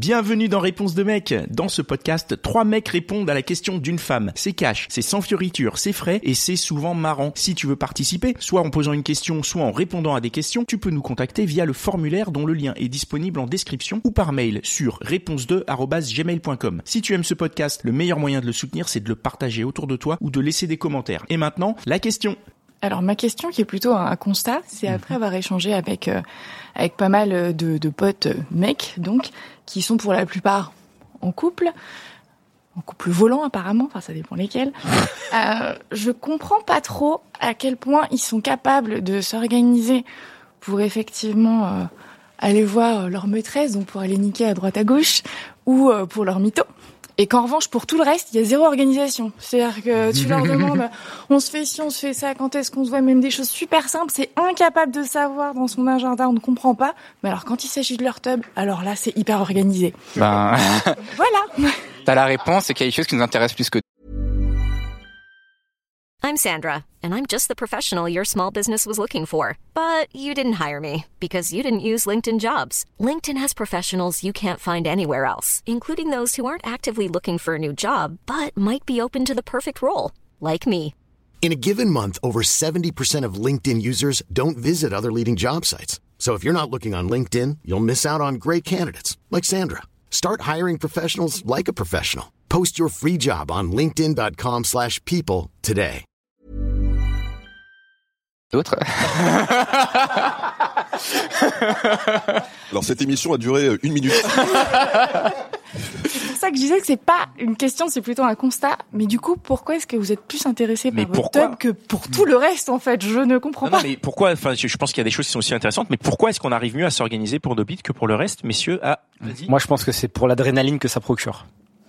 Bienvenue dans Réponse de mec. Dans ce podcast, 3 mecs répondent à la question d'une femme. C'est cash, c'est sans fioriture, c'est frais et c'est souvent marrant. Si tu veux participer, soit en posant une question, soit en répondant à des questions, tu peux nous contacter via le formulaire dont le lien est disponible en description ou par mail sur réponse2@gmail.com. Si tu aimes ce podcast, le meilleur moyen de le soutenir, c'est de le partager autour de toi ou de laisser des commentaires. Et maintenant, la question. Alors ma question qui est plutôt un constat, c'est après avoir échangé avec pas mal de potes mecs donc qui sont pour la plupart en couple volant apparemment, enfin ça dépend lesquels. Je comprends pas trop à quel point ils sont capables de s'organiser pour effectivement aller voir leur maîtresse, donc pour aller niquer à droite à gauche ou pour leur mytho. Et qu'en revanche, pour tout le reste, il y a zéro organisation. C'est-à-dire que tu leur demandes, on se fait ci, on se fait ça, quand est-ce qu'on se voit, même des choses super simples, c'est incapable de savoir dans son agenda, on ne comprend pas. Mais alors, quand il s'agit de leur tub, alors là, c'est hyper organisé. Voilà. T'as la réponse, c'est qu'il y a des choses qui nous intéressent plus que I'm Sandra, and I'm just the professional your small business was looking for. But you didn't hire me because you didn't use LinkedIn Jobs. LinkedIn has professionals you can't find anywhere else, including those who aren't actively looking for a new job, but might be open to the perfect role, like me. In a given month, over 70% of LinkedIn users don't visit other leading job sites. So if you're not looking on LinkedIn, you'll miss out on great candidates like Sandra. Start hiring professionals like a professional. Post your free job on linkedin.com/people today. d'autres. Alors cette émission a duré 1 minute. C'est pour ça que je disais que c'est pas une question, c'est plutôt un constat. Mais du coup, pourquoi est-ce que vous êtes plus intéressé par votre tub que pour tout le reste, en fait? Je ne comprends pas. Non, mais pourquoi, enfin, je pense qu'il y a des choses qui sont aussi intéressantes, mais pourquoi est-ce qu'on arrive mieux à s'organiser pour nos bites que pour le reste, messieurs? Vas-y. Moi, je pense que c'est pour l'adrénaline que ça procure.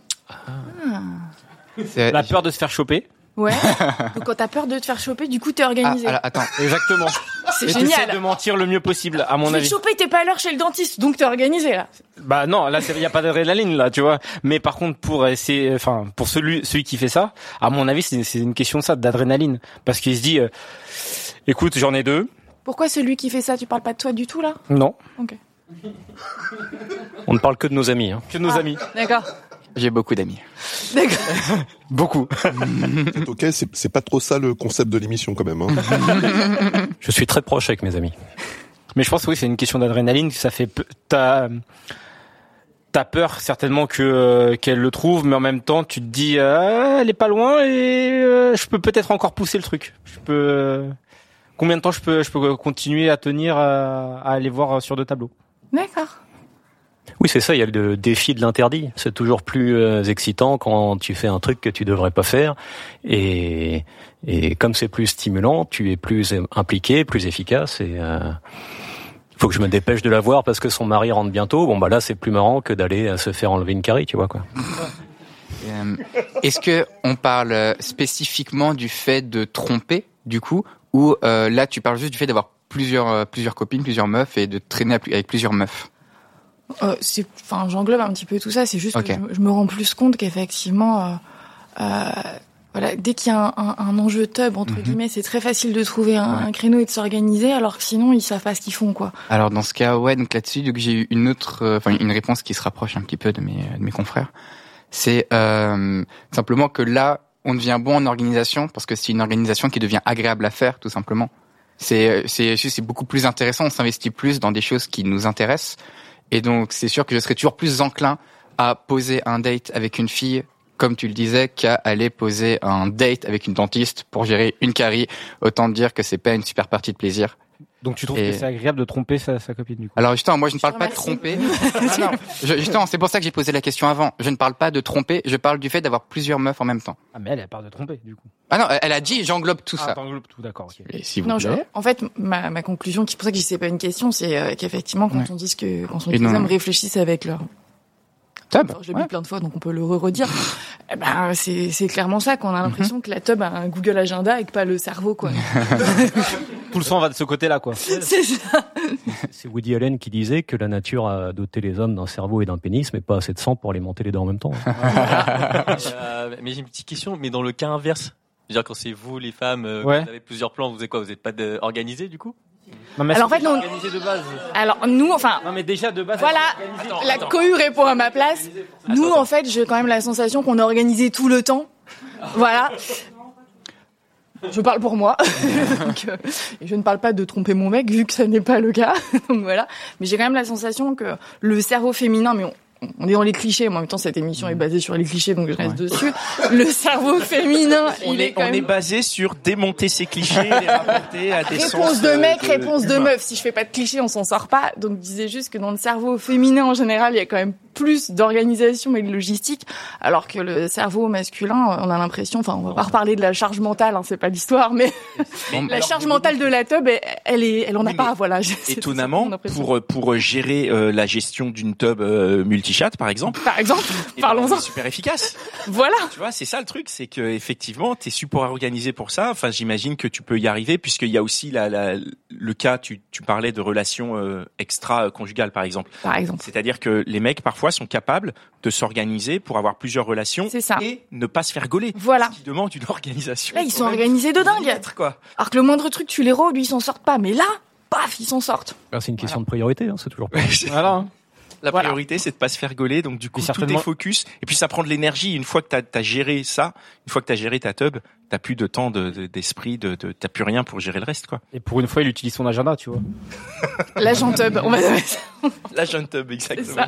La peur de se faire choper. Ouais. Donc quand t'as peur de te faire choper, du coup t'es organisé. Attends. Exactement. C'est et génial. t'essaies de mentir le mieux possible, à mon avis. Tu te choper, t'es pas à l'heure chez le dentiste, donc t'es organisé là. Bah non, là il y a pas d'adrénaline là, tu vois. Mais par contre pour celui qui fait ça, à mon avis c'est une question de ça, d'adrénaline, parce qu'il se dit écoute, j'en ai 2. Pourquoi celui qui fait ça, tu parles pas de toi du tout là? Non. OK. On ne parle que de nos amis, hein. Que de nos amis. D'accord. J'ai beaucoup d'amis. D'accord. Beaucoup. C'est ok, c'est pas trop ça le concept de l'émission quand même. Hein. Je suis très proche avec mes amis. Mais je pense que oui, c'est une question d'adrénaline. Ça fait t'as peur certainement qu'elle le trouve, mais en même temps tu te dis elle est pas loin et je peux peut-être encore pousser le truc. Combien de temps je peux continuer à tenir à aller voir sur 2 tableaux. D'accord. Oui, c'est ça, il y a le défi de l'interdit. C'est toujours plus excitant quand tu fais un truc que tu devrais pas faire. Et comme c'est plus stimulant, tu es plus impliqué, plus efficace. Et faut que je me dépêche de la voir parce que son mari rentre bientôt. Bon, bah là, c'est plus marrant que d'aller se faire enlever une carie, tu vois, quoi. Est-ce que on parle spécifiquement du fait de tromper, du coup, ou là, tu parles juste du fait d'avoir plusieurs copines, plusieurs meufs et de traîner avec plusieurs meufs? J'englobe un petit peu tout ça. C'est juste que je me rends plus compte qu'effectivement, voilà, dès qu'il y a un enjeu tub entre guillemets, c'est très facile de trouver un créneau et de s'organiser, alors que sinon ils savent pas ce qu'ils font, quoi. Alors dans ce cas, ouais, donc là-dessus, donc j'ai eu une réponse qui se rapproche un petit peu de mes confrères. C'est simplement que là, on devient bon en organisation parce que c'est une organisation qui devient agréable à faire, tout simplement. C'est beaucoup plus intéressant. On s'investit plus dans des choses qui nous intéressent. Et donc, c'est sûr que je serais toujours plus enclin à poser un date avec une fille, comme tu le disais, qu'à aller poser un date avec une dentiste pour gérer une carie. Autant dire que c'est pas une super partie de plaisir. Donc tu trouves que c'est agréable de tromper sa copine, du coup? Alors justement, moi je ne parle pas de tromper. Non, justement, c'est pour ça que j'ai posé la question avant. Je ne parle pas de tromper, je parle du fait d'avoir plusieurs meufs en même temps. Ah mais elle a peur de tromper, du coup. Ah non, elle a dit j'englobe tout ça. T'englobes tout, d'accord. Okay. Et si vous plaît. En fait, ma conclusion, qui est pour ça que je dis c'est pas une question, c'est qu'effectivement quand on dit que quand les hommes réfléchissent avec leur tub. Je l'ai dit plein de fois, donc on peut le redire. C'est clairement ça, qu'on a l'impression que la tub a un Google Agenda et que pas le cerveau, quoi. Tout le sang va de ce côté-là, quoi. C'est ça. C'est Woody Allen qui disait que la nature a doté les hommes d'un cerveau et d'un pénis, mais pas assez de sang pour alimenter les deux en même temps. Mais j'ai une petite question, mais dans le cas inverse, c'est-à-dire quand c'est vous, les femmes, vous avez plusieurs plans, vous êtes quoi? Vous êtes pas organisés, du coup? Non, mais Alors, en fait, non. organisé de base. Alors nous, enfin, Non, mais déjà de base. voilà, la cohue répond à ma place. Nous, en fait, j'ai quand même la sensation qu'on est organisé tout le temps. Voilà. Je parle pour moi. Donc, et je ne parle pas de tromper mon mec, vu que ça n'est pas le cas. Donc voilà. Mais j'ai quand même la sensation que le cerveau féminin, mais on est dans les clichés, mais en même temps cette émission est basée sur les clichés, donc je reste dessus. Le cerveau féminin, on est basé sur démonter ces clichés, les rapporter à des réponse sens de mec, réponse de meuf. Si je fais pas de clichés, on s'en sort pas. Donc je disais juste que dans le cerveau féminin en général, il y a quand même plus d'organisation et de logistique, alors que le cerveau masculin, on a l'impression, enfin on va pas reparler de la charge mentale, hein, c'est pas l'histoire, mais la charge mentale de la tub, elle en a pas, voilà. Étonnamment, pour gérer la gestion d'une tub multichat, par exemple, parlons-en. C'est super efficace. Voilà. Tu vois, c'est ça le truc, c'est que effectivement, t'es super organisé pour ça. Enfin, j'imagine que tu peux y arriver, puisqu'il y a aussi le cas, tu parlais de relations extra-conjugales, par exemple. Par exemple. C'est-à-dire que les mecs, parfois, sont capables de s'organiser pour avoir plusieurs relations et ne pas se faire gauler. Voilà. Ce qui demande une organisation. Là, ils sont organisés de dingue. Quoi. Alors que le moindre truc, tu les rôdes, lui, ils s'en sortent pas. Mais là, paf, ils s'en sortent. C'est une question de priorité, hein, c'est toujours pas. Voilà. La priorité, c'est de pas se faire gauler, donc du coup, tout est focus. Et puis, ça prend de l'énergie. Une fois que t'as géré ça, une fois que t'as géré ta tub, t'as plus de temps d'esprit, t'as plus rien pour gérer le reste, quoi. Et pour une fois, il utilise son agenda, tu vois. L'agent tub, on va dire ça. L'agent tub, exactement.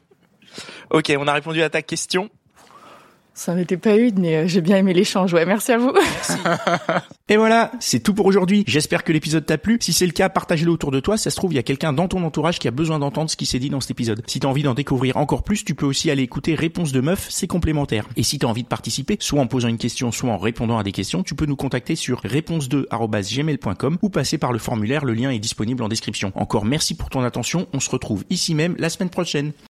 Ok, on a répondu à ta question. Ça m'était pas eu, mais j'ai bien aimé l'échange. Ouais, merci à vous. Merci. Et voilà, c'est tout pour aujourd'hui. J'espère que l'épisode t'a plu. Si c'est le cas, partage-le autour de toi. Ça se trouve, il y a quelqu'un dans ton entourage qui a besoin d'entendre ce qui s'est dit dans cet épisode. Si t'as envie d'en découvrir encore plus, tu peux aussi aller écouter Réponse de Meuf, c'est complémentaire. Et si t'as envie de participer, soit en posant une question, soit en répondant à des questions, tu peux nous contacter sur réponse2@gmail.com ou passer par le formulaire. Le lien est disponible en description. Encore merci pour ton attention. On se retrouve ici même la semaine prochaine.